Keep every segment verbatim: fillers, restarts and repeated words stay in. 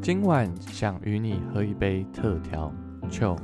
今晚想与你喝一杯特调酒。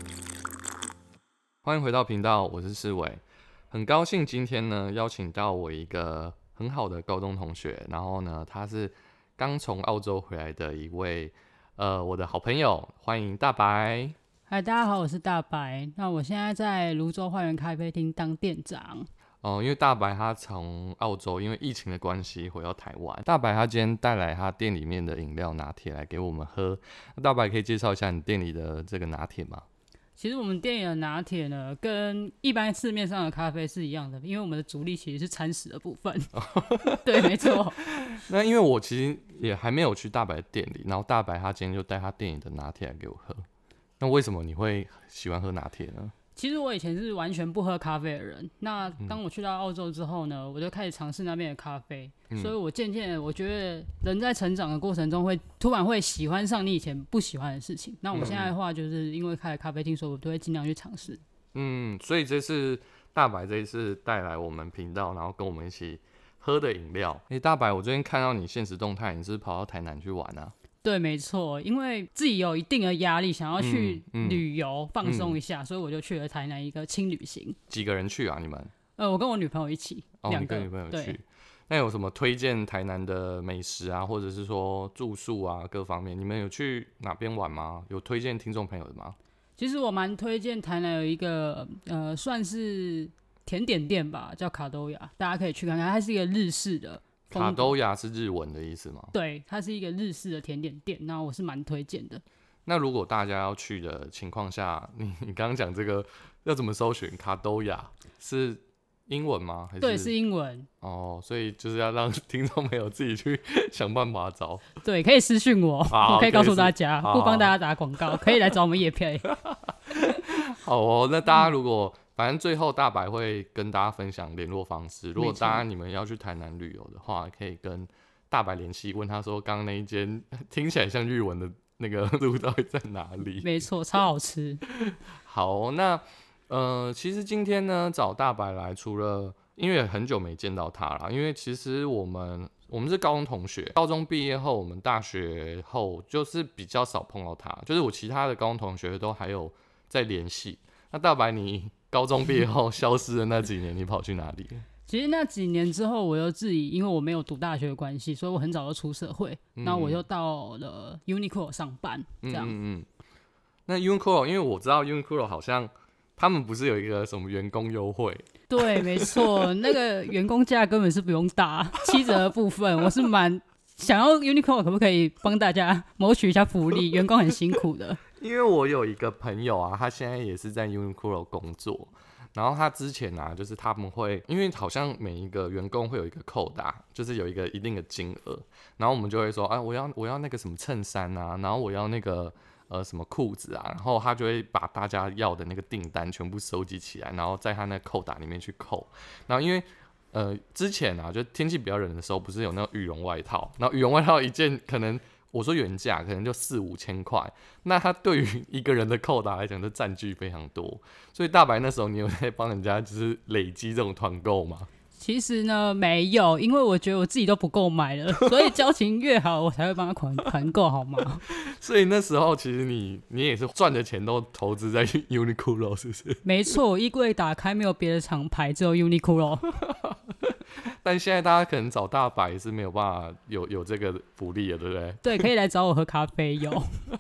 欢迎回到频道，我是世伟，很高兴今天呢邀请到我一个很好的高中同学，然后呢他是刚从澳洲回来的一位呃我的好朋友，欢迎大白。 嗨，大家好，我是大白。那我现在在泸州花园咖啡厅当店长。 哦，因为大白他从澳洲因为疫情的关系回到台湾，大白他今天带来他店里面的饮料拿铁来给我们喝。那大白可以介绍一下你店里的这个拿铁吗？ 其实我们店里的拿铁呢，跟一般市面上的咖啡是一样的，因为我们的主力其实是餐食的部分。对，没错。 那因为我其实也还没有去大白的店里，然后大白他今天就带他店里的拿铁来给我喝。那为什么你会喜欢喝拿铁呢？ 其实我以前是完全不喝咖啡的人，那当我去到澳洲之后呢，我就开始尝试那边的咖啡，嗯、所以我渐渐的我觉得人在成长的过程中会突然会喜欢上你以前不喜欢的事情。那我现在的话就是因为开了咖啡厅，所以我都会尽量去尝试。 嗯，所以这是大白这一次带来我们频道，然后跟我们一起喝的饮料。哎、欸，大白，我最近看到你限时动态，你是不是跑到台南去玩啊？ 对，没错，因为自己有一定的压力，想要去旅游、嗯嗯、放松一下、嗯，所以我就去了台南一个轻旅行。 几个人去啊？你们？ 呃，我跟我女朋友一起， 哦， 两个。 你跟女朋友去。那有什么推荐台南的美食啊，或者是说住宿啊，各方面，你们有去哪边玩吗？有推荐听众朋友的吗？ 其实我蛮推荐台南有一个呃，算是甜点店吧，叫卡多雅，大家可以去看看，它是一个日式的。 卡兜雅是日文的意思吗？ 对，它是一个日式的甜点店，那我是蛮推荐的。 那如果大家要去的情况下，你你刚刚讲这个要怎么搜寻？卡兜雅是英文吗？还是对，是英文。 哦，所以就是要让听众朋友自己去想办法找。 对，可以私讯我，我可以告诉大家，不帮大家打广告，可以来找我们业配。 好哦，那大家如果、嗯反正最后大白会跟大家分享联络方式，如果大家你们要去台南旅游的话，可以跟大白联系，问他说刚刚那一间听起来像日文的那个路到底在哪里？ 没错，超好吃。 好，那呃，其实今天呢找大白来，除了因为很久没见到他了，因为其实我们我们是高中同学，高中毕业后，我们大学后就是比较少碰到他，就是我其他的高中同学都还有在联系。那大白你高中毕业后消失的那几年，你跑去哪里？ 其实那几年之后，我又自己，因为我没有读大学的关系，所以我很早就出社会，然后我又到了 Uniqlo 上班，这样。嗯嗯嗯。 那 Uniqlo， 因为我知道 Uniqlo 好像他们不是有一个什么员工优惠？ 对，没错，那个员工价根本是不用打，七折的部分，我是蛮想要 Uniqlo 可不可以帮大家谋取一下福利？员工很辛苦的。 因为我有一个朋友啊，他现在也是在 Uniqlo 工作，然后他之前啊，就是他们会，因为好像每一个员工会有一个扣打，就是有一个一定的金额，然后我们就会说，啊，我要我要那个什么衬衫啊，然后我要那个呃什么裤子啊，然后他就会把大家要的那个订单全部收集起来，然后在他那个扣打里面去扣，然后因为呃之前啊，就天气比较冷的时候，不是有那种羽绒外套，然后羽绒外套一件可能。我说原价可能就四五千块，那他对于一个人的扣打来讲，就占据非常多。所以大白那时候你有在帮人家就是累积这种团购吗？ 其实呢没有，因为我觉得我自己都不够买了，所以交情越好，我才会帮他团购，好吗？ 所以那时候其实你你也是赚的钱都投资在 Uniqlo 是不是？ 没错，衣柜打开没有别的厂牌，只有 Uniqlo。 但现在大家可能找大白是没有办法有有这个福利的，对不对？ 对，可以来找我喝咖啡有。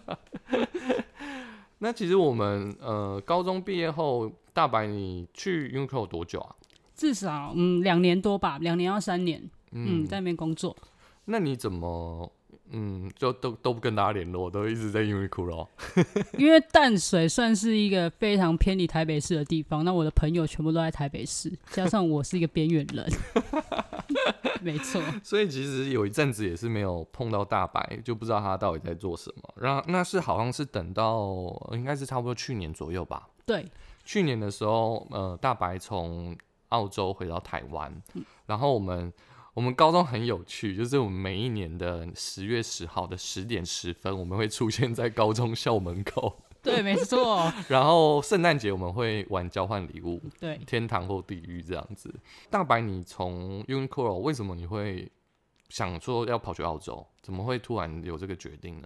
那其实我们呃高中毕业后，大白你去 Uniqlo 多久啊？ 至少嗯两年多吧，两年到三年，嗯，嗯在那边工作。 那你怎么嗯就都都不跟大家联络，都一直在 Uniqlo？ 因为淡水算是一个非常偏离台北市的地方，那我的朋友全部都在台北市，加上我是一个边缘人。没错， 所以其实有一阵子也是没有碰到大白，就不知道他到底在做什么。然后那是好像是等到应该是差不多去年左右吧。 对， 去年的时候，呃，大白从澳洲回到台湾，嗯、然后我们我们高中很有趣，就是我们每一年的十月十号的十点十分，我们会出现在高中校门口。 对，没错。 然后圣诞节我们会玩交换礼物， 对， 天堂或地狱这样子。大白，你从 Uniqlo 为什么你会想说要跑去澳洲？怎么会突然有这个决定呢？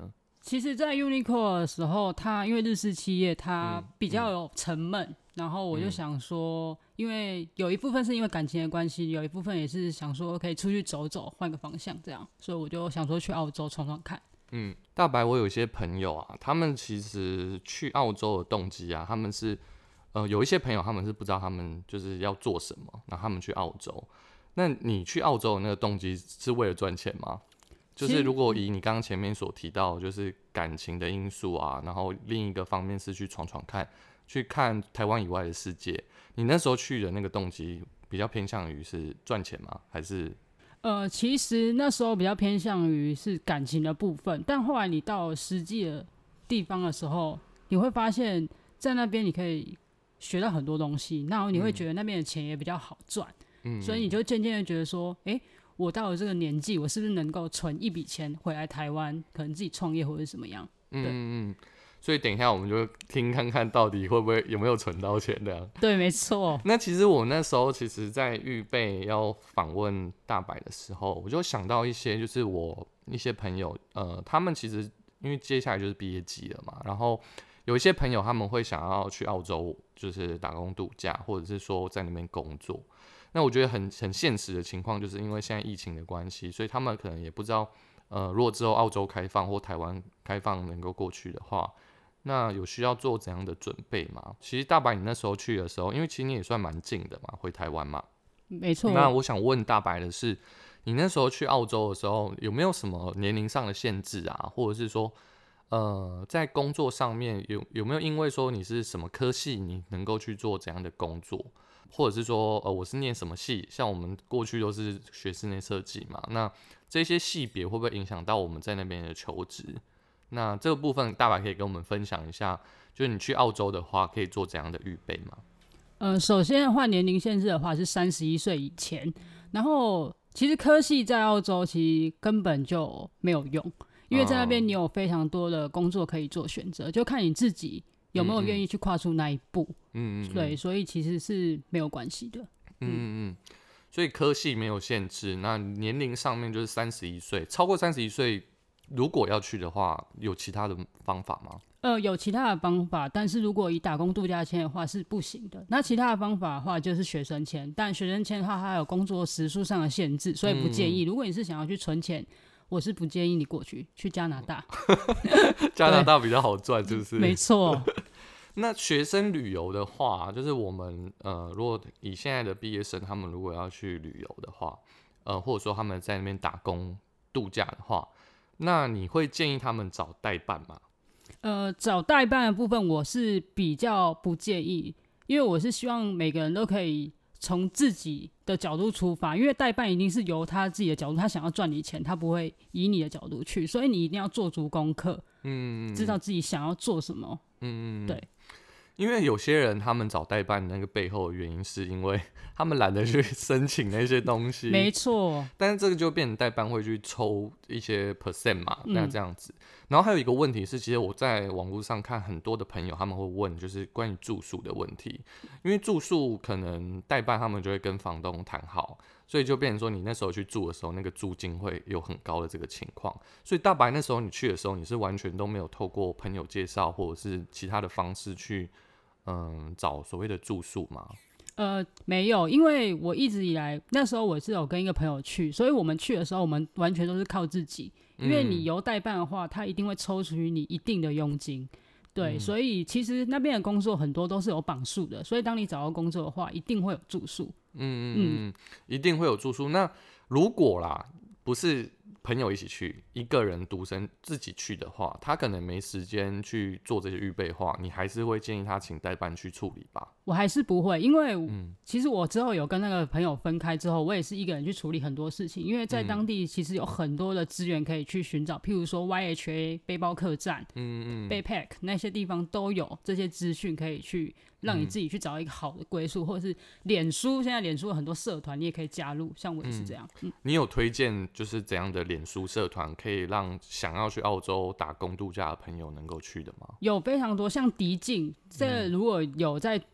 其实，在 Uniqlo 的时候，它因为日式企业，它比较有沉闷，嗯嗯、然后我就想说，因为有一部分是因为感情的关系，有一部分也是想说可以出去走走，换个方向这样，所以我就想说去澳洲闯闯看。 嗯，大白，我有一些朋友啊，他们其实去澳洲的动机啊，他们是呃有一些朋友他们是不知道他们就是要做什么，然后他们去澳洲。那你去澳洲的那个动机是为了赚钱吗？就是如果以你刚刚前面所提到，就是感情的因素啊，然后另一个方面是去闯闯看，去看台湾以外的世界。你那时候去的那个动机比较偏向于是赚钱吗？还是？ 呃，其实那时候比较偏向于是感情的部分，但后来你到实际的地方的时候，你会发现在那边你可以学到很多东西，然后你会觉得那边的钱也比较好赚，嗯，所以你就渐渐的觉得说，哎、欸。我到了这个年纪，我是不是能够存一笔钱回来台湾，可能自己创业或者怎么样？嗯嗯，所以等一下我们就听看看到底会不会有没有存到钱这样。 对，没错。 那其实我那时候其实在预备要访问大白的时候，我就想到一些，就是我一些朋友，呃，他们其实因为接下来就是毕业季了嘛，然后有一些朋友他们会想要去澳洲，就是打工度假，或者是说在那边工作。那我觉得很很现实的情况，就是因为现在疫情的关系，所以他们可能也不知道，呃，如果之后澳洲开放或台湾开放能够过去的话，那有需要做怎样的准备吗？其实大白你那时候去的时候，因为其实你也算蛮近的嘛，回台湾嘛， 没错。 那我想问大白的是，你那时候去澳洲的时候，有没有什么年龄上的限制啊，或者是说，呃，在工作上面有有没有因为说你是什么科系，你能够去做怎样的工作？或者是说，呃，我是念什么系？像我们过去都是学室内设计嘛，那这些系别会不会影响到我们在那边的求职？那这个部分大白可以跟我们分享一下，就是你去澳洲的话，可以做怎样的预备吗？ 呃，首先的话，年龄限制的话是三十一岁以前，然后其实科系在澳洲其实根本就没有用，因为在那边你有非常多的工作可以做选择，就看你自己有没有愿意去跨出那一步。嗯嗯，对，所以其实是没有关系的。 嗯嗯嗯，所以科系没有限制，那年龄上面就是三十一岁，超过三十一岁，如果要去的话，有其他的方法吗？ 呃，有其他的方法，但是如果以打工度假签的话是不行的。那其他的方法的话就是学生签，但学生签的话它有工作时数上的限制，所以不建议。嗯、如果你是想要去存钱，我是不建议你过去去加拿大。 加拿大比较好赚，是不是？ 没错。 那学生旅游的话，就是我们呃，如果以现在的毕业生，他们如果要去旅游的话，呃，或者说他们在那边打工度假的话，那你会建议他们找代办吗？ 呃，找代办的部分我是比较不建议，因为我是希望每个人都可以从自己的角度出发，因为代办一定是由他自己的角度，他想要赚你钱，他不会以你的角度去，所以你一定要做足功课，嗯，知道自己想要做什么，嗯，对。 因为有些人他们找代办那个背后的原因是因为他们懒得去申请那些东西， 没错。 但是这个就变成代办会去抽一些 percent 嘛，那这样子。嗯、然后还有一个问题是，其实我在网络上看很多的朋友他们会问，就是关于住宿的问题，因为住宿可能代办他们就会跟房东谈好，所以就变成说你那时候去住的时候，那个租金会有很高的这个情况。所以大白那时候你去的时候，你是完全都没有透过朋友介绍或者是其他的方式去。嗯，找所谓的住宿吗？ 呃，没有，因为我一直以来那时候我是有跟一个朋友去，所以我们去的时候，我们完全都是靠自己。因为你由代办的话，他一定会抽取你一定的佣金，对，嗯、所以其实那边的工作很多都是有绑宿的，所以当你找到工作的话，一定会有住宿。 嗯嗯嗯，一定会有住宿。那如果啦，不是朋友一起去，一个人独身自己去的话，他可能没时间去做这些预备的话，你还是会建议他请代办去处理吧？ 我还是不会，因为、嗯、其实我之后有跟那个朋友分开之后，我也是一个人去处理很多事情，因为在当地其实有很多的资源可以去寻找，譬如说 Y H A 背包客栈、嗯嗯 Baypack 那些地方都有这些资讯可以去让你自己去找一个好的归宿，嗯、或者是脸书，现在脸书有很多社团你也可以加入，像我也是这样。嗯嗯、 你有推荐就是怎样的脸书社团可以让想要去澳洲打工度假的朋友能够去的吗？ 有非常多，像迪静，这如果有在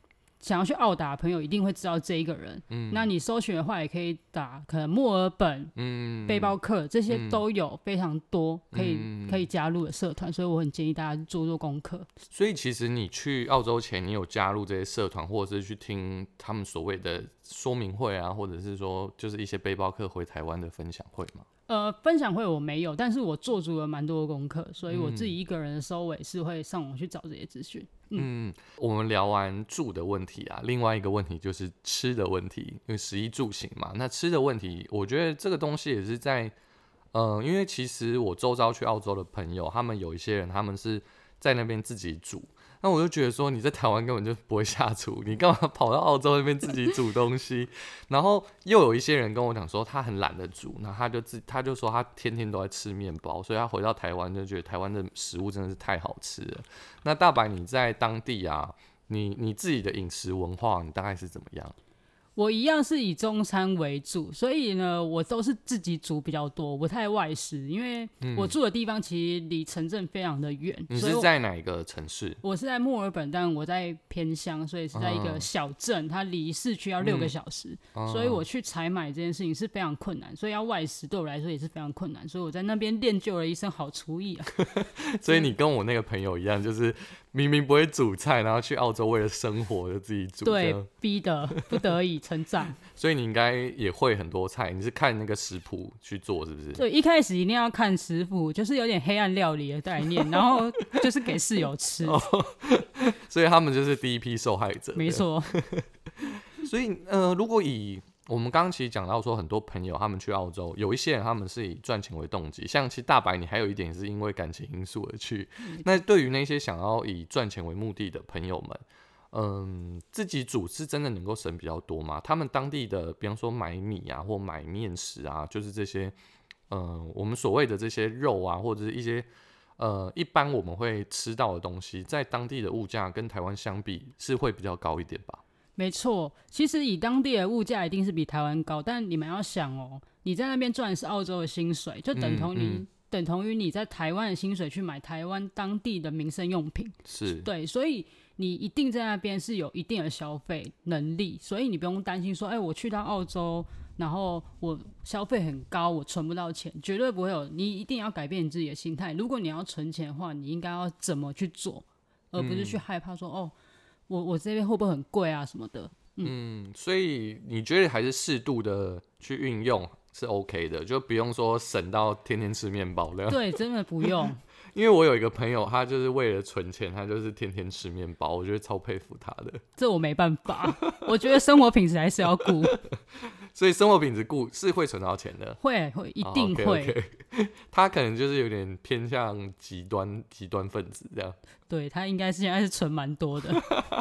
想要去澳打的朋友一定会知道这一个人。嗯，那你搜寻的话，也可以打可能墨尔本、嗯、背包客这些都有非常多可以、嗯、可以加入的社团，所以我很建议大家做做功课。 所以其实你去澳洲前，你有加入这些社团，或者是去听他们所谓的说明会啊，或者是说就是一些背包客回台湾的分享会吗？ 呃，分享会我没有，但是我做足了蛮多的功课，所以我自己一个人的时候，我也是会上网去找这些资讯。嗯, 嗯， 我们聊完住的问题啊，另外一个问题就是吃的问题，因为食衣住行嘛。那吃的问题，我觉得这个东西也是在，呃，因为其实我周遭去澳洲的朋友，他们有一些人，他们是在那边自己煮。那我就觉得说，你在台湾根本就不会下厨，你干嘛跑到澳洲那边自己煮东西？然后又有一些人跟我讲说，他很懒得煮，然后他就自他就说他天天都在吃面包，所以他回到台湾就觉得台湾的食物真的是太好吃了。那大白你在当地啊，你你自己的饮食文化，你大概是怎么样？ 我一样是以中餐为主，所以呢，我都是自己煮比较多，不太外食，因为我住的地方其实离城镇非常的远。 你是在哪一个城市？ 我是在墨尔本，但我在偏乡，所以是在一个小镇，它离市区要六个小时、嗯，所以我去采买这件事情是非常困难，所以要外食对我来说也是非常困难，所以我在那边练就了一身好厨艺啊。 所以你跟我那个朋友一样，就是明明不会煮菜，然后去澳洲为了生活就自己煮， 对，逼的不得已成长。 所以你应该也会很多菜，你是看那个食谱去做是不是？ 对，一开始一定要看食谱，就是有点黑暗料理的概念，然后就是给室友吃、哦、 所以他们就是第一批受害者。 没错。 所以呃，如果以我们刚刚其实讲到说，很多朋友他们去澳洲，有一些人他们是以赚钱为动机，像其实大白你还有一点是因为感情因素而去。那对于那些想要以赚钱为目的的朋友们，嗯，自己煮是真的能够省比较多吗？他们当地的，比方说买米啊，或买面食啊，就是这些，呃，我们所谓的这些肉啊，或者是一些呃，一般我们会吃到的东西，在当地的物价跟台湾相比是会比较高一点吧？ 没错，其实以当地的物价一定是比台湾高，但你们要想哦，你在那边赚的是澳洲的薪水，就等同于、嗯嗯、等同于你在台湾的薪水去买台湾当地的民生用品， 是对，所以你一定在那边是有一定的消费能力，所以你不用担心说，哎、欸，我去到澳洲，然后我消费很高，我存不到钱，绝对不会有。你一定要改变你自己的心态。如果你要存钱的话，你应该要怎么去做，而不是去害怕说，嗯、哦，我我这边会不会很贵啊什么的。 嗯, 嗯，所以你觉得还是适度的去运用是 OK 的，就不用说省到天天吃面包了。 对，真的不用。 因为我有一个朋友，他就是为了存钱，他就是天天吃面包，我觉得超佩服他的。 这我没办法，我觉得生活品质还是要顾。 所以生活品质顾是会存到钱的， 会会一定会。 Oh, okay, okay. 他可能就是有点偏向极端极端分子这样。 对，他应该是现在是存蛮多的。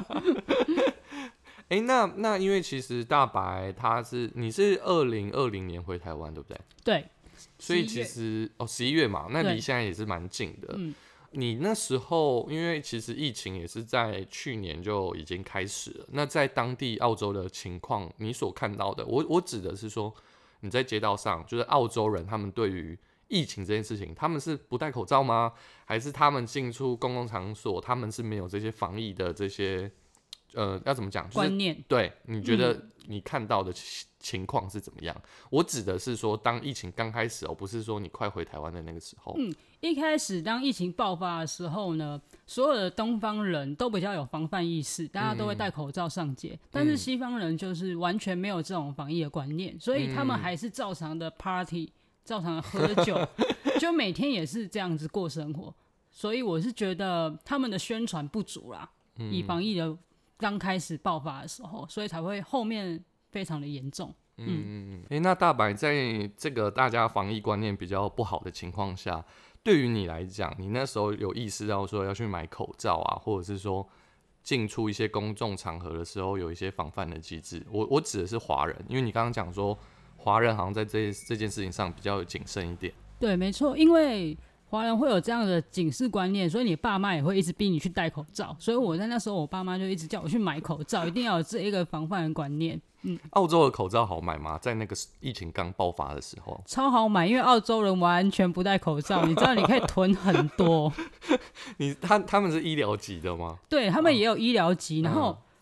哎、欸，那那因为其实大白他是你是二零二零年回台湾对不对？ 对。 所以其实哦，十一月嘛，那离现在也是蛮近的。嗯，你那时候因为其实疫情也是在去年就已经开始了。那在当地澳洲的情况，你所看到的，我我指的是说你在街道上，就是澳洲人他们对于疫情这件事情，他们是不戴口罩吗？还是他们进出公共场所，他们是没有这些防疫的这些呃要怎么讲、就是、 观念？对， 你觉得你看到的情况是怎么样？我指的是说，当疫情刚开始哦，不是说你快回台湾的那个时候。 嗯，一开始当疫情爆发的时候呢，所有的东方人都比较有防范意识，大家都会戴口罩上街、嗯。但是西方人就是完全没有这种防疫的观念，所以他们还是照常的 party， 照常的喝酒，就每天也是这样子过生活。所以我是觉得他们的宣传不足啦，嗯、以防疫的刚开始爆发的时候，所以才会后面非常的严重。嗯嗯，哎、欸，那大白在这个大家防疫观念比较不好的情况下，对于你来讲，你那时候有意识到说要去买口罩啊，或者是说进出一些公众场合的时候有一些防范的机制？我我指的是华人，因为你刚刚讲说华人好像在这这件事情上比较谨慎一点。 对，没错，因为华人会有这样的警示观念，所以你爸妈也会一直逼你去戴口罩。所以我在那时候，我爸妈就一直叫我去买口罩，一定要有这一个防范的观念。嗯， 澳洲的口罩好买吗？在那个疫情刚爆发的时候， 超好买，因为澳洲人完全不戴口罩，你知道你可以囤很多。 你他他们是医疗级的吗？ 对，他们也有医疗级、嗯，然后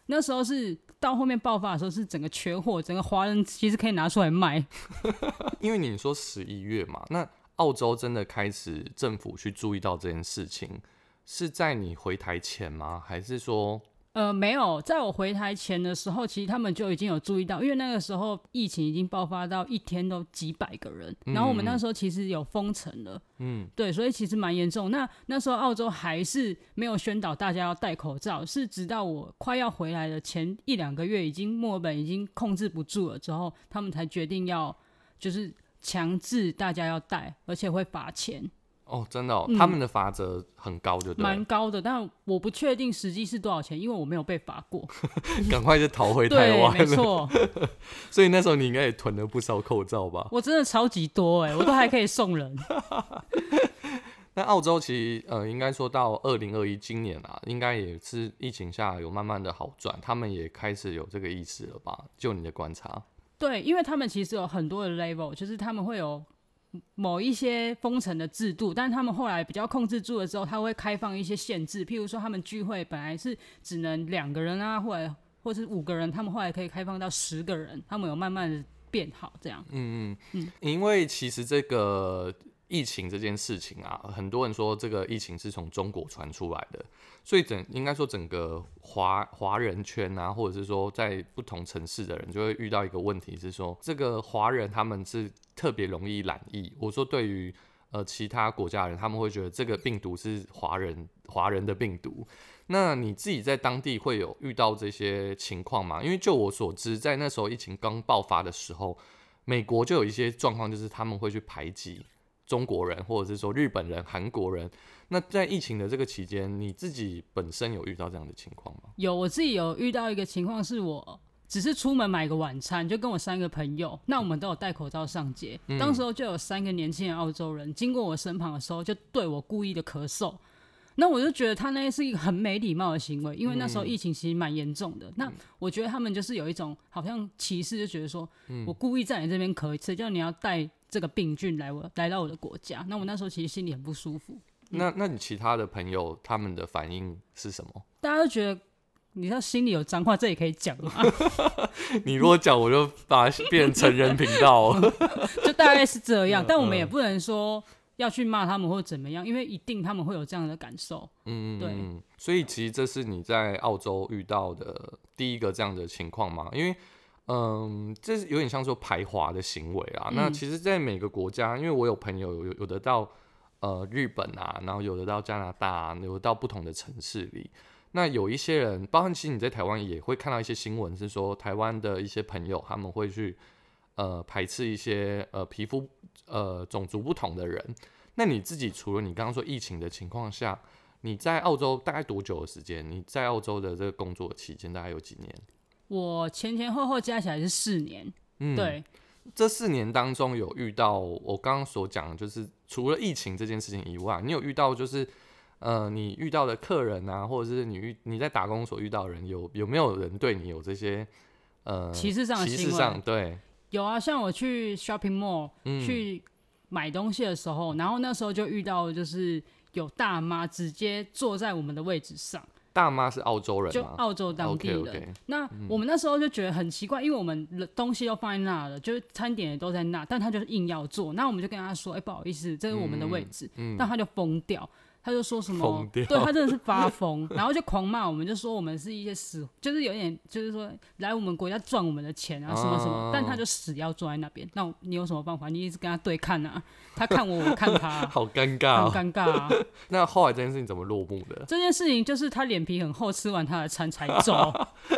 那时候是到后面爆发的时候是整个缺货，整个华人其实可以拿出来卖。 因为你说十一月嘛，那澳洲真的开始政府去注意到这件事情，是在你回台前吗？还是说？ 呃，没有，在我回台前的时候，其实他们就已经有注意到，因为那个时候疫情已经爆发到一天都几百个人，嗯、然后我们那时候其实有封城了，嗯，对，所以其实蛮严重。那那时候澳洲还是没有宣导大家要戴口罩，是直到我快要回来的前一两个月，已经墨尔本已经控制不住了之后，他们才决定要就是强制大家要戴，而且会罚钱。 哦，真的哦，嗯、他们的罚则很高就对了， 蛮高的，但我不确定实际是多少钱，因为我没有被罚过。 赶快就逃回台湾了。 对，没错。 所以那时候你应该也囤了不少口罩吧？ 我真的超级多哎，我都还可以送人。 那澳洲其实呃，应该说到二零二一今年啊，应该也是疫情下有慢慢的好转，他们也开始有这个意识了吧？就你的观察？ 对，因为他们其实有很多的 level， 就是他们会有某一些封城的制度，但他们后来比较控制住了之后，他会开放一些限制，譬如说他们聚会本来是只能两个人啊，或者或是五个人，他们后来可以开放到十个人，他们有慢慢的变好这样。 嗯嗯嗯，因为其实这个疫情这件事情啊，很多人说这个疫情是从中国传出来的，所以整应该说整个华华人圈啊，或者是说在不同城市的人就会遇到一个问题是说，这个华人他们是特别容易染疫。我说对于呃其他国家人，他们会觉得这个病毒是华人华人的病毒。那你自己在当地会有遇到这些情况吗？因为就我所知，在那时候疫情刚爆发的时候，美国就有一些状况，就是他们会去排挤中国人，或者是说日本人、韩国人。那在疫情的这个期间，你自己本身有遇到这样的情况吗？ 有，我自己有遇到一个情况，是我只是出门买个晚餐，就跟我三个朋友，那我们都有戴口罩上街。嗯、当时候就有三个年轻的澳洲人经过我身旁的时候，就对我故意的咳嗽。那我就觉得他那是一个很没礼貌的行为，因为那时候疫情其实蛮严重的。嗯、那我觉得他们就是有一种好像歧视，就觉得说、嗯、我故意在你这边咳，谁叫你要带这个病菌来我来到我的国家？那我那时候其实心里很不舒服。 嗯、那那你其他的朋友他们的反应是什么？ 大家都觉得你要心里有脏话，这也可以讲吗？ 你如果讲，我就把它变成成人频道， 就大概是这样。但我们也不能说要去骂他们或者怎么样，因为一定他们会有这样的感受。嗯，对。 所以其实这是你在澳洲遇到的第一个这样的情况吗？因为嗯，这是有点像说排华的行为啊。嗯、那其实，在每个国家，因为我有朋友有有的到呃日本啊，然后有的到加拿大啊，有的到不同的城市里。那有一些人，包含其实你在台湾也会看到一些新闻，是说台湾的一些朋友他们会去呃排斥一些呃皮肤呃种族不同的人。那你自己除了你刚刚说疫情的情况下，你在澳洲大概多久的时间？你在澳洲的这个工作期间大概有几年？ 我前前后后加起来是四年。嗯，对。 这四年当中有遇到我刚刚所讲的，就是除了疫情这件事情以外，你有遇到就是呃，你遇到的客人啊，或者是你遇你在打工所遇到的人，有有没有人对你有这些呃歧视上的行为？歧视上， 对， 有啊。像我去 shopping mall、嗯、去买东西的时候，然后那时候就遇到就是有大妈直接坐在我们的位置上。 大妈是澳洲人吗？ 就澳洲当地人。Okay, okay. 那我们那时候就觉得很奇怪，因为我们东西都放在那了，就是餐点也都在那，但他就是硬要坐。那我们就跟他说：“哎、欸，不好意思，这是我们的位置。嗯”但他就疯掉。他就说什么，对他真的是发疯，然后就狂骂我们，就说我们是一些死，就是有点就是说来我们国家赚我们的钱啊什么什么，但他就死要坐在那边。那你有什么办法？你一直跟他对看啊，他看我，我看他、啊， 好尴尬、哦， 很尴尬啊。 那后来这件事情怎么落幕的？ 这件事情就是他脸皮很厚，吃完他的餐才走。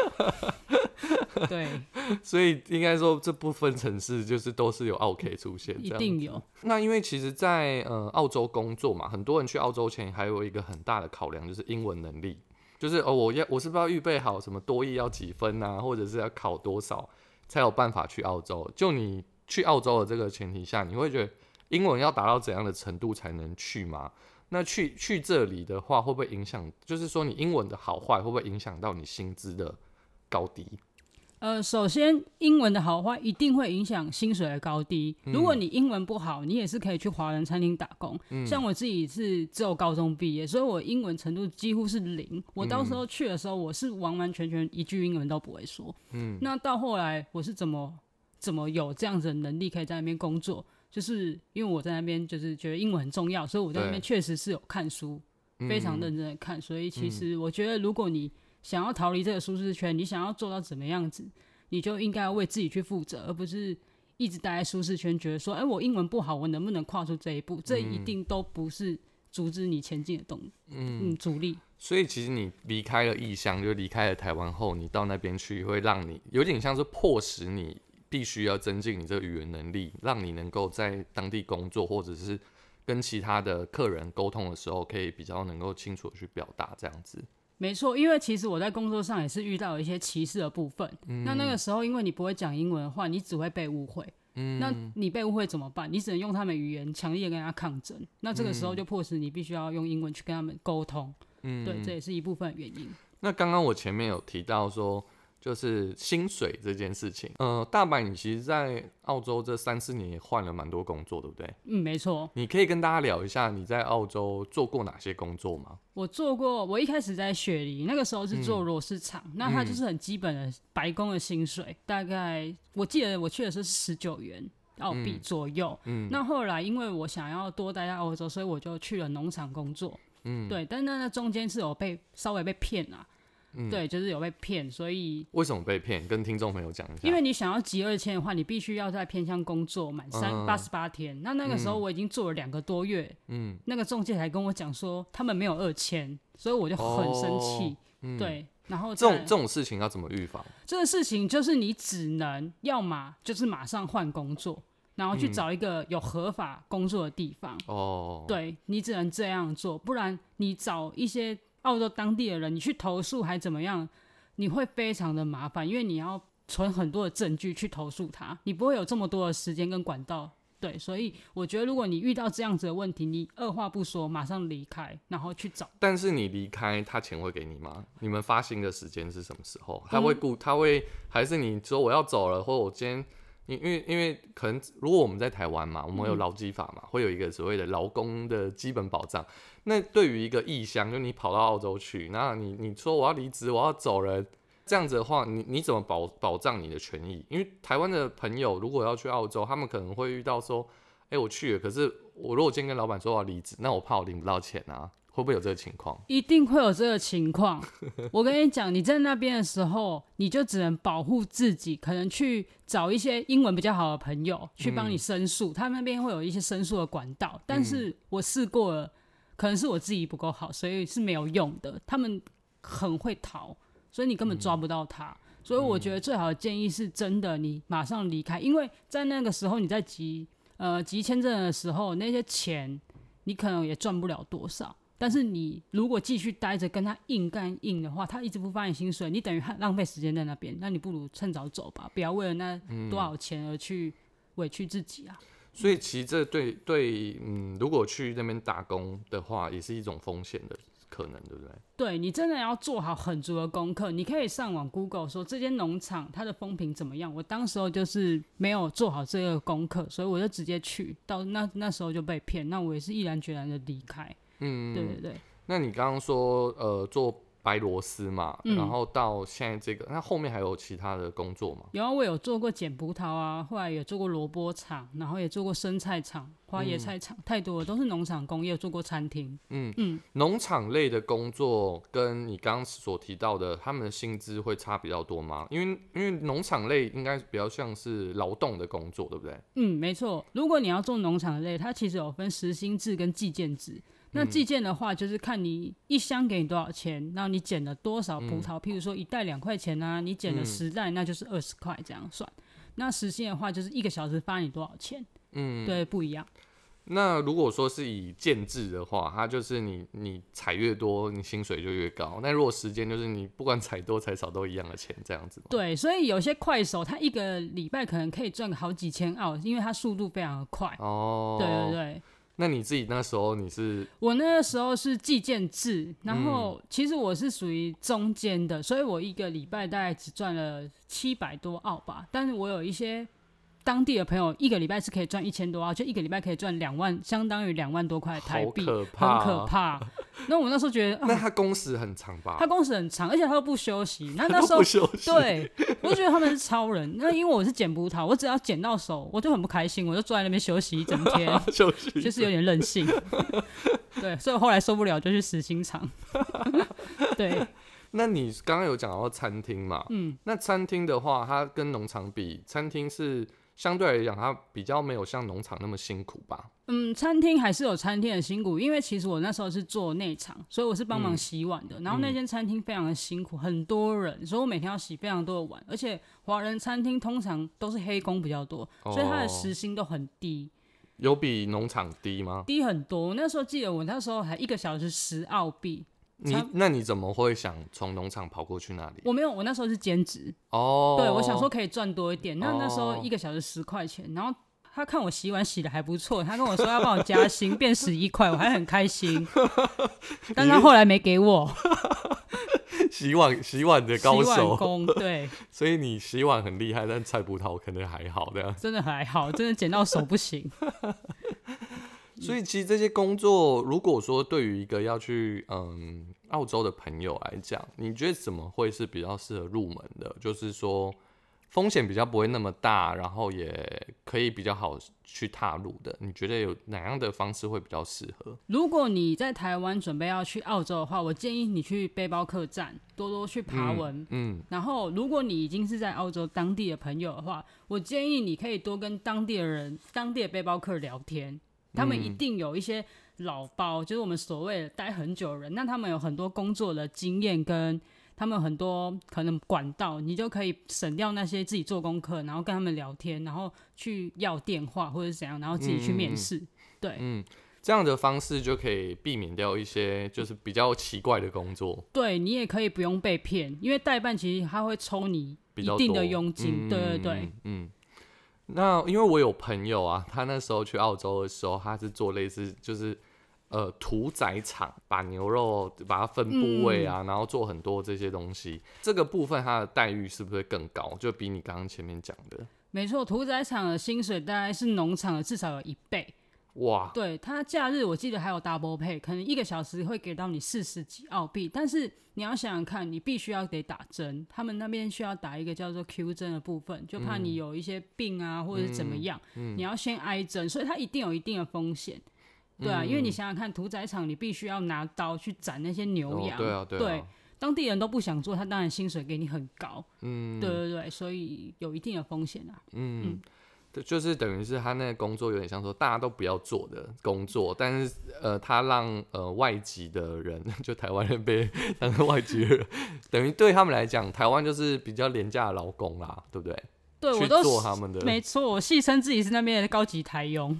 对， 所以应该说这部分城市就是都是有澳 K 出现， 一定有。 那因为其实在，在呃澳洲工作嘛，很多人去澳洲前还有一个很大的考量就是英文能力，就是哦，我要我是不是要预备好什么多益要几分啊，或者是要考多少才有办法去澳洲？就你去澳洲的这个前提下，你会觉得英文要达到怎样的程度才能去吗？那去去这里的话，会不会影响？就是说你英文的好坏会不会影响到你薪资的高低？ 呃，首先英文的好坏一定会影响薪水的高低。如果你英文不好，你也是可以去华人餐厅打工。嗯、像我自己是只有高中毕业，所以我英文程度几乎是零。我到时候去的时候，我是完完全全一句英文都不会说。嗯，那到后来我是怎么怎么有这样子的能力可以在那边工作？就是因为我在那边就是觉得英文很重要，所以我在那边确实是有看书，非常认真的看。所以其实我觉得，如果你想要逃离这个舒适圈，你想要做到怎么样子，你就应该要为自己去负责，而不是一直待在舒适圈，觉得说，哎、欸，我英文不好，我能不能跨出这一步？这一定都不是阻止你前进的动力，嗯，嗯，阻力。 所以其实你离开了异乡，就离开了台湾后，你到那边去，会让你有点像是迫使你必须要增进你这个语言能力，让你能够在当地工作，或者是跟其他的客人沟通的时候，可以比较能够清楚的去表达这样子。 没错，因为其实我在工作上也是遇到一些歧视的部分。嗯、那那个时候，因为你不会讲英文的话，你只会被误会。嗯、那你被误会怎么办？你只能用他们语言强烈跟他抗争。那这个时候就迫使你必须要用英文去跟他们沟通。嗯、对，这也是一部分原因。 那刚刚我前面有提到说，就是薪水这件事情，呃，大白你其实在澳洲这三四年也换了蛮多工作，对不对？ 嗯，没错。 你可以跟大家聊一下你在澳洲做过哪些工作吗？ 我做过，我一开始在雪梨，那个时候是做螺丝厂，嗯、那它就是很基本的白工的薪水，大概我记得我去的是十九元澳币左右。嗯嗯、那后来因为我想要多待在澳洲，所以我就去了农场工作。嗯，对，但那那中间是有被稍微被骗啊。嗯、对，就是有被骗，所以为什么被骗？跟听众朋友讲一下。 因为你想要集二签的话，你必须要在偏乡工作满三八十八天。那那个时候我已经做了两个多月，嗯，那个中介才跟我讲说他们没有二签，所以我就很生气。哦嗯、对，然后这种这种事情要怎么预防？ 这个事情就是你只能要么就是马上换工作，然后去找一个有合法工作的地方。哦，对，你只能这样做，不然你找一些澳洲当地的人，你去投诉还怎么样？你会非常的麻烦，因为你要存很多的证据去投诉他，你不会有这么多的时间跟管道。对，所以我觉得如果你遇到这样子的问题，你二话不说马上离开，然后去找。 但是你离开，他钱会给你吗？你们发薪的时间是什么时候？他会顾，他会还是你说我要走了，或者我今天？因为因为可能如果我们在台湾嘛，我们有劳基法嘛，嗯、会有一个所谓的劳工的基本保障。那对于一个异乡，就你跑到澳洲去，那你你说我要离职，我要走人，这样子的话，你你怎么保保障你的权益？因为台湾的朋友如果要去澳洲，他们可能会遇到说，哎、欸，我去了，可是我如果今天跟老板说我要离职，那我怕我领不到钱啊。会不会有这个情况？ 一定会有这个情况。我跟你讲，你在那边的时候，你就只能保护自己，可能去找一些英文比较好的朋友去帮你申诉，嗯、他们那边会有一些申诉的管道。但是我试过了，可能是我自己不够好，所以是没有用的。他们很会逃，所以你根本抓不到他。嗯、所以我觉得最好的建议是真的，你马上离开，因为在那个时候你在集呃集签证的时候，那些钱你可能也赚不了多少。但是你如果继续待着跟他硬干硬的话，他一直不发你薪水，你等于浪费时间在那边，那你不如趁早走吧，不要为了那多少钱而去委屈自己啊。 嗯、所以其实这对对嗯，如果去那边打工的话，也是一种风险的可能，对不对？ 对，你真的要做好很足的功课，你可以上网 Google 说这间农场它的风评怎么样。我当时候就是没有做好这个功课，所以我就直接去到那那时候就被骗，那我也是毅然决然的离开。嗯，对对对。 那你刚刚说呃做白螺丝嘛，嗯、然后到现在这个，那后面还有其他的工作吗？ 有啊，我有做过捡葡萄啊，后来也做过萝卜厂，然后也做过生菜厂、花椰菜厂，嗯、太多了，都是农场工，也有做过餐厅。嗯嗯， 农场类的工作跟你刚刚所提到的，他们的薪资会差比较多吗？因为因为农场类应该比较像是劳动的工作，对不对？ 嗯，没错。如果你要做农场类，它其实有分时薪制跟计件制。那计件的话，就是看你一箱给你多少钱，然后你捡了多少葡萄，嗯、譬如说一袋两块钱啊，你捡了十袋，嗯、那就是二十块这样算。那时薪的话，就是一个小时发你多少钱，嗯，对，不一样。 那如果说是以件制的话，它就是你你采越多，你薪水就越高。那如果时间就是你不管采多采少都一样的钱，这样子吗？ 对，所以有些快手，他一个礼拜可能可以赚个好几千澳，因为他速度非常的快。哦，对对对。 那你自己那时候你是？ 我那个时候是计件制，然后其实我是属于中间的，所以我一个礼拜大概只赚了七百多澳吧。但是我有一些当地的朋友，一个礼拜是可以赚一千多澳，就一个礼拜可以赚两万，相当于两万多块台币， 好可怕， 很可怕。那我那时候觉得， 那他工时很长吧？ 他工时很长，而且他又不休息。那那时候不休息， 对，我就觉得他们是超人。那因为我是捡葡萄，我只要捡到手，我就很不开心，我就坐在那边休息一整天， 休息就是有点任性。对，所以我后来受不了，就去实心厂。对。 那你刚刚有讲到餐厅嘛？嗯，那餐厅的话，它跟农场比，餐厅是相对来讲，它比较没有像农场那么辛苦吧？ 嗯，餐厅还是有餐厅的辛苦，因为其实我那时候是做内场，所以我是帮忙洗碗的。嗯、然后那间餐厅非常的辛苦，很多人，所以我每天要洗非常多的碗，而且华人餐厅通常都是黑工比较多，哦、所以他的时薪都很低。 有比农场低吗？ 低很多。我那时候记得我那时候还一个小时十澳币。 你那你怎么会想从农场跑过去那里？ 我没有，我那时候是兼职哦。 对，我想说可以赚多一点。那那时候一个小时十块钱，然后他看我洗碗洗的还不错，他跟我说要帮我加薪变十一块，我还很开心。但他后来没给我。 洗碗洗碗的高手， 洗碗工对。 所以你洗碗很厉害，但采葡萄可能还好这样。 真的还好，真的捡到手不行。 所以其实这些工作，如果说对于一个要去嗯澳洲的朋友来讲，你觉得怎么会是比较适合入门的？就是说风险比较不会那么大，然后也可以比较好去踏入的。你觉得有哪样的方式会比较适合？ 如果你在台湾准备要去澳洲的话，我建议你去背包客栈多多去爬文。嗯，嗯然后如果你已经是在澳洲当地的朋友的话，我建议你可以多跟当地的人、当地的背包客聊天。他们一定有一些老包，就是我们所谓的待很久的人，那他们有很多工作的经验，跟他们有很多可能管道，你就可以省掉那些自己做功课，然后跟他们聊天，然后去要电话或者是怎样，然后自己去面试。嗯、对， 嗯，这样的方式就可以避免掉一些就是比较奇怪的工作。 对，你也可以不用被骗，因为代办其实他会抽你一定的佣金。对对对， 嗯。那因为我有朋友啊，他那时候去澳洲的时候，他是做类似就是呃屠宰场，把牛肉把它分部位啊，嗯、然后做很多这些东西。这个部分它的待遇是不是会更高？就比你刚刚前面讲的？ 没错，屠宰场的薪水大概是农场的至少有一倍。 哇， 对，他假日我记得还有 double pay， 可能一个小时会给到你四十几澳币，但是你要想想看，你必须要得打针，他们那边需要打一个叫做 Q 针的部分，就怕你有一些病啊、嗯、或者是怎么样、嗯嗯，你要先挨针，所以它一定有一定的风险。对啊、嗯，因为你想想看，屠宰场你必须要拿刀去斩那些牛羊， 哦、对啊，对啊， 对，当地人都不想做，他当然薪水给你很高，嗯，对对对，所以有一定的风险啊，嗯。嗯就是等于是他那个工作有点像说大家都不要做的工作，但是呃，他让呃外籍的人，就台湾人被当成外籍人，等于对他们来讲，台湾就是比较廉价的劳工啦，对不对？ 对，我都去做他们的， 没错，我戏称自己是那边的高级台佣。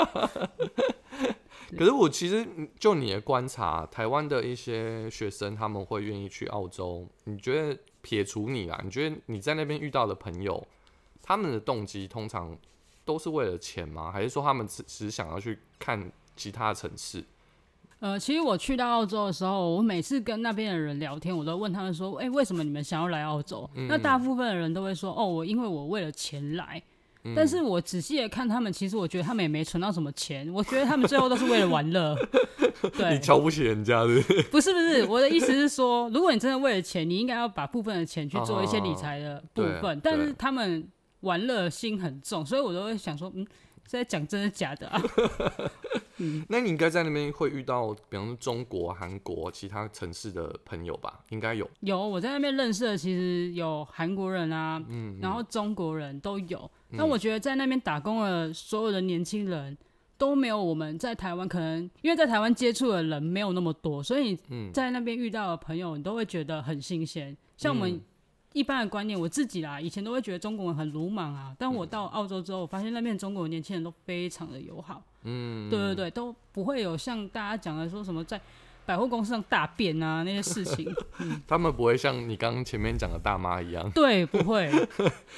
可是我其实就你的观察，台湾的一些学生他们会愿意去澳洲，你觉得撇除你啦，你觉得你在那边遇到的朋友？他们的动机通常都是为了钱吗？还是说他们只只想要去看其他的城市？ 呃，其实我去到澳洲的时候，我每次跟那边的人聊天，我都问他们说：“哎、欸，为什么你们想要来澳洲？”嗯、那大部分的人都会说：“哦，我因为我为了钱来。嗯”但是我仔细的看他们，其实我觉得他们也没存到什么钱，我觉得他们最后都是为了玩乐。对， 你瞧不起人家的？ 不是不是，我的意思是说，如果你真的为了钱，你应该要把部分的钱去做一些理财的部分，但是他们玩乐心很重，所以我都会想说，嗯，是在讲真的假的啊？ 嗯，那你应该在那边会遇到，比方说中国、韩国其他城市的朋友吧？应该有。有， 我在那边认识的其实有韩国人啊，嗯嗯，然后中国人都有。那、嗯、我觉得在那边打工的所有的年轻人都没有我们在台湾可能，因为在台湾接触的人没有那么多，所以在那边遇到的朋友，你都会觉得很新鲜。像我们一般的观念，我自己啦，以前都会觉得中国人很鲁莽啊，但我到澳洲之后，我发现那边中国年轻人都非常的友好。嗯，对对对，都不会有像大家讲的说什么在百货公司上大便啊那些事情。嗯、 他们不会像你刚刚前面讲的大妈一样。 对，不会。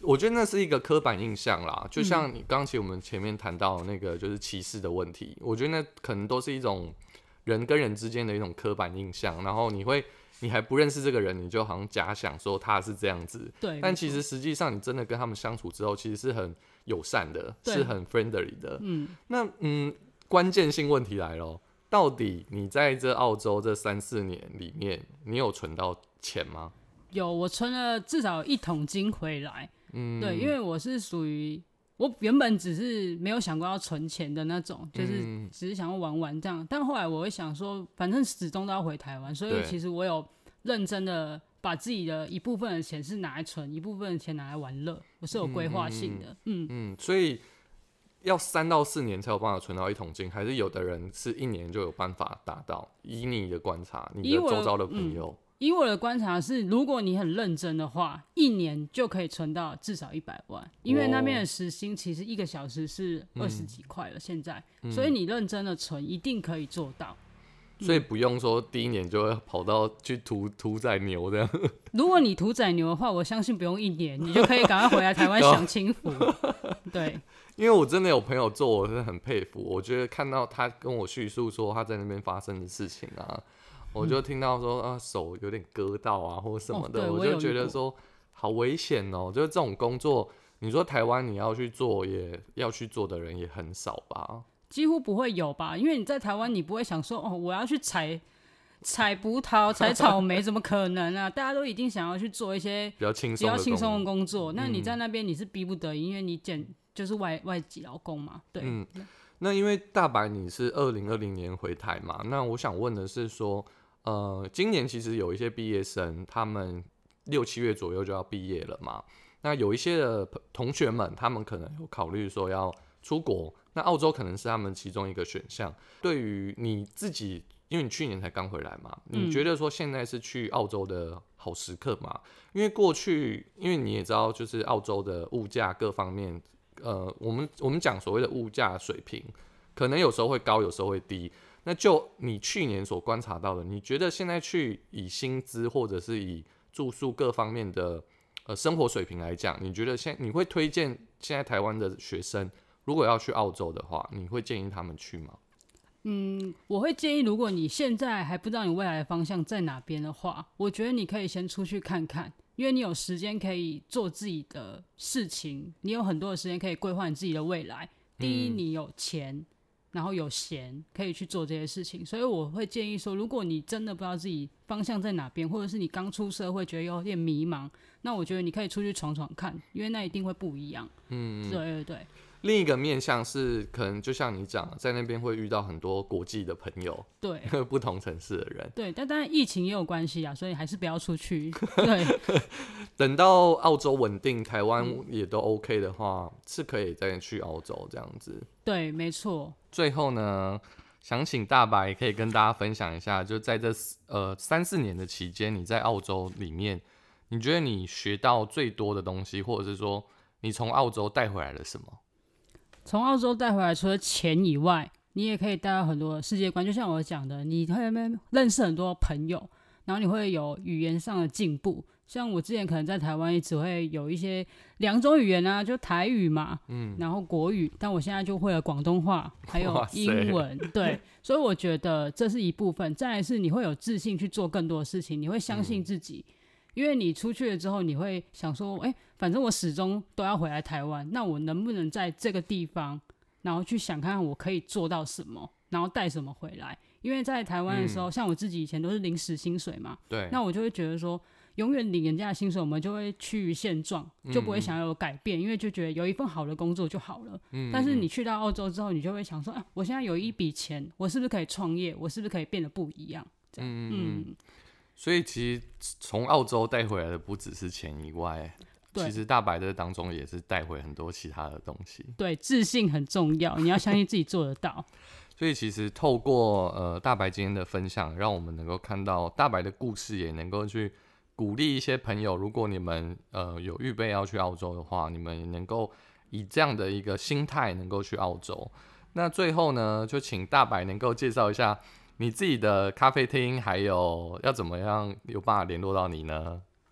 我觉得那是一个刻板印象啦，就像你刚才我们前面谈到那个就是歧视的问题，我觉得那可能都是一种人跟人之间的一种刻板印象，然后你会你还不认识这个人，你就好像假想说他是这样子， 对， 但其实实际上你真的跟他们相处之后，其实是很友善的，是很 friendly 的。嗯，那嗯，关键性问题来了，到底你在这澳洲这三四年里面，你有存到钱吗？ 有，我存了至少一桶金回来。嗯，对，因为我是属于我原本只是没有想过要存钱的那种，就是只是想要玩玩这样。但后来我会想说，反正始终都要回台湾，所以其实我有认真的把自己的一部分的钱是拿来存，一部分的钱拿来玩乐，我是有规划性的。嗯 嗯, 嗯，所以要三到四年才有办法存到一桶金，还是有的人是一年就有办法达到？以你的观察，你的周遭的朋友。 以我的观察是，如果你很认真的话，一年就可以存到至少一百万，因为那边的时薪其实一个小时是二十几块了，现在、嗯，所以你认真的存，一定可以做到。 所以不用说第一年就会跑到去屠屠宰牛这样。 如果你屠宰牛的话，我相信不用一年，你就可以赶快回来台湾享清福。对， 因为我真的有朋友做，我是很佩服。我觉得看到他跟我叙述说他在那边发生的事情啊。我就听到说啊手有点割到啊或什么的、哦、我就觉得说好危险哦，就是这种工作你说台湾你要去做也要去做的人也很少吧， 几乎不会有吧，因为你在台湾你不会想说哦我要去采采葡萄采草莓怎么可能啊，大家都一定想要去做一些比较轻松的工作，那你在那边你是逼不得已，因为你捡就是外外籍劳工嘛，对、嗯、 那因为大白你是二零二零年回台嘛，那我想问的是说呃，今年其实有一些毕业生，他们六七月左右就要毕业了嘛。那有一些的同学们，他们可能有考虑说要出国，那澳洲可能是他们其中一个选项。对于你自己，因为你去年才刚回来嘛，你觉得说现在是去澳洲的好时刻吗？因为过去，因为你也知道，就是澳洲的物价各方面，呃，我们我们讲所谓的物价水平，可能有时候会高，有时候会低。那就你去年所观察到的，你觉得现在去以薪资或者是以住宿各方面的呃生活水平来讲，你觉得现你会推荐现在台湾的学生如果要去澳洲的话，你会建议他们去吗？ 嗯，我会建议，如果你现在还不知道你未来的方向在哪边的话，我觉得你可以先出去看看，因为你有时间可以做自己的事情，你有很多的时间可以规划你自己的未来。第一，你有钱。然后有闲可以去做这些事情，所以我会建议说，如果你真的不知道自己方向在哪边，或者是你刚出社会觉得有点迷茫，那我觉得你可以出去闯闯看，因为那一定会不一样。嗯，对对对。 另一个面向是，可能就像你讲，在那边会遇到很多国际的朋友， 对， 不同城市的人， 对，但当然疫情也有关系啊，所以还是不要出去。对， 等到澳洲稳定，台湾也都 OK 的话，嗯、是可以再去澳洲这样子。 对，没错。 最后呢，想请大白可以跟大家分享一下，就在这呃三四年的期间，你在澳洲里面，你觉得你学到最多的东西，或者是说你从澳洲带回来了什么？ 从澳洲带回来，除了钱以外，你也可以带到很多世界观。就像我讲的，你会认识很多朋友，然后你会有语言上的进步。像我之前可能在台湾也只会有一些两种语言啊，就台语嘛，嗯，然后国语，但我现在就会了广东话，还有英文，对，所以我觉得这是一部分。再来是你会有自信去做更多的事情，你会相信自己。嗯，因为你出去了之后，你会想说，哎、欸，反正我始终都要回来台湾，那我能不能在这个地方，然后去想看看我可以做到什么，然后带什么回来？因为在台湾的时候、嗯，像我自己以前都是领死薪水嘛， 对， 那我就会觉得说，永远领人家的薪水，我们就会趋于现状，就不会想要有改变、嗯，因为就觉得有一份好的工作就好了。嗯，但是你去到澳洲之后，你就会想说，啊，我现在有一笔钱，我是不是可以创业？我是不是可以变得不一样？这样，嗯。嗯， 所以其实从澳洲带回来的不只是钱以外，其实大白的当中也是带回很多其他的东西。 对，自信很重要，你要相信自己做得到。 所以其实透过呃大白今天的分享，让我们能够看到大白的故事，也能够去鼓励一些朋友，如果你们呃有预备要去澳洲的话，你们也能够以这样的一个心态能够去澳洲。那最后呢，就请大白能够介绍一下你自己的咖啡厅，还有要怎么样有办法联络到你呢？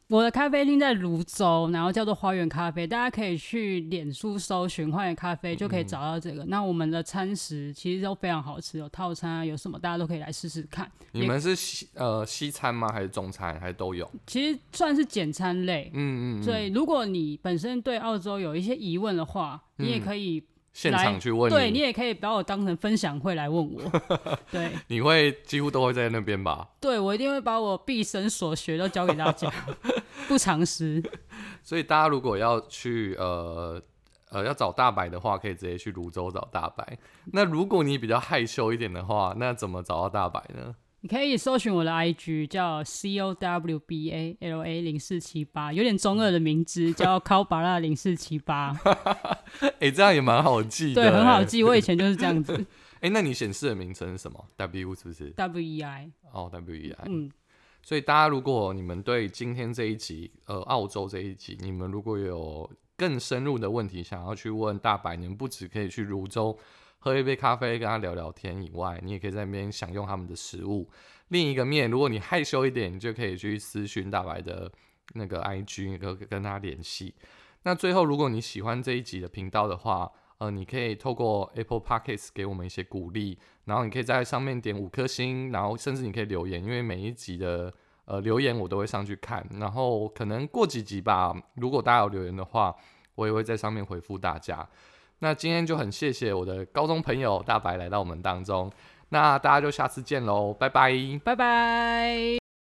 我的咖啡厅在蘆洲，然后叫做花园咖啡，大家可以去脸书搜寻花园咖啡就可以找到这个。嗯、那我们的餐食其实都非常好吃，有套餐啊，有什么大家都可以来试试看。 你们是西呃西餐吗？还是中餐？还是都有？ 其实算是简餐类。 嗯嗯嗯。 所以如果你本身对澳洲有一些疑问的话，嗯、你也可以。 现场去问你， 对你也可以把我当成分享会来问我。对， 你会几乎都会在那边吧？ 对，我一定会把我毕生所学都教给大家，不藏私。 所以大家如果要去呃呃要找大白的话，可以直接去蘆洲找大白。那如果你比较害羞一点的话，那怎么找到大白呢？ 你可以搜寻我的 I G 叫 C O W B A L A 零四七八，有点中二的名字叫 Cowbara 零四七八。 哎、欸，这样也蛮好记的。 对，很好记。我以前就是这样子。 哎、欸，那你显示的名称是什么 ？W 是不是 ？W E I。 哦 ，W E I。 嗯。 所以大家如果你们对今天这一集，呃，澳洲这一集，你们如果有更深入的问题想要去问大白，你们不只可以去蘆洲喝一杯咖啡跟他聊聊天以外，你也可以在那边享用他们的食物。另一个面，如果你害羞一点，你就可以去私讯大白的那个 I G， 跟跟他联系。那最后，如果你喜欢这一集的频道的话，呃，你可以透过 Apple Podcast 给我们一些鼓励，然后你可以在上面点五颗星，然后甚至你可以留言，因为每一集的呃留言我都会上去看，然后可能过几集吧，如果大家有留言的话，我也会在上面回复大家。那今天就很谢谢我的高中朋友大白来到我们当中，那大家就下次见喽，拜拜， 拜拜。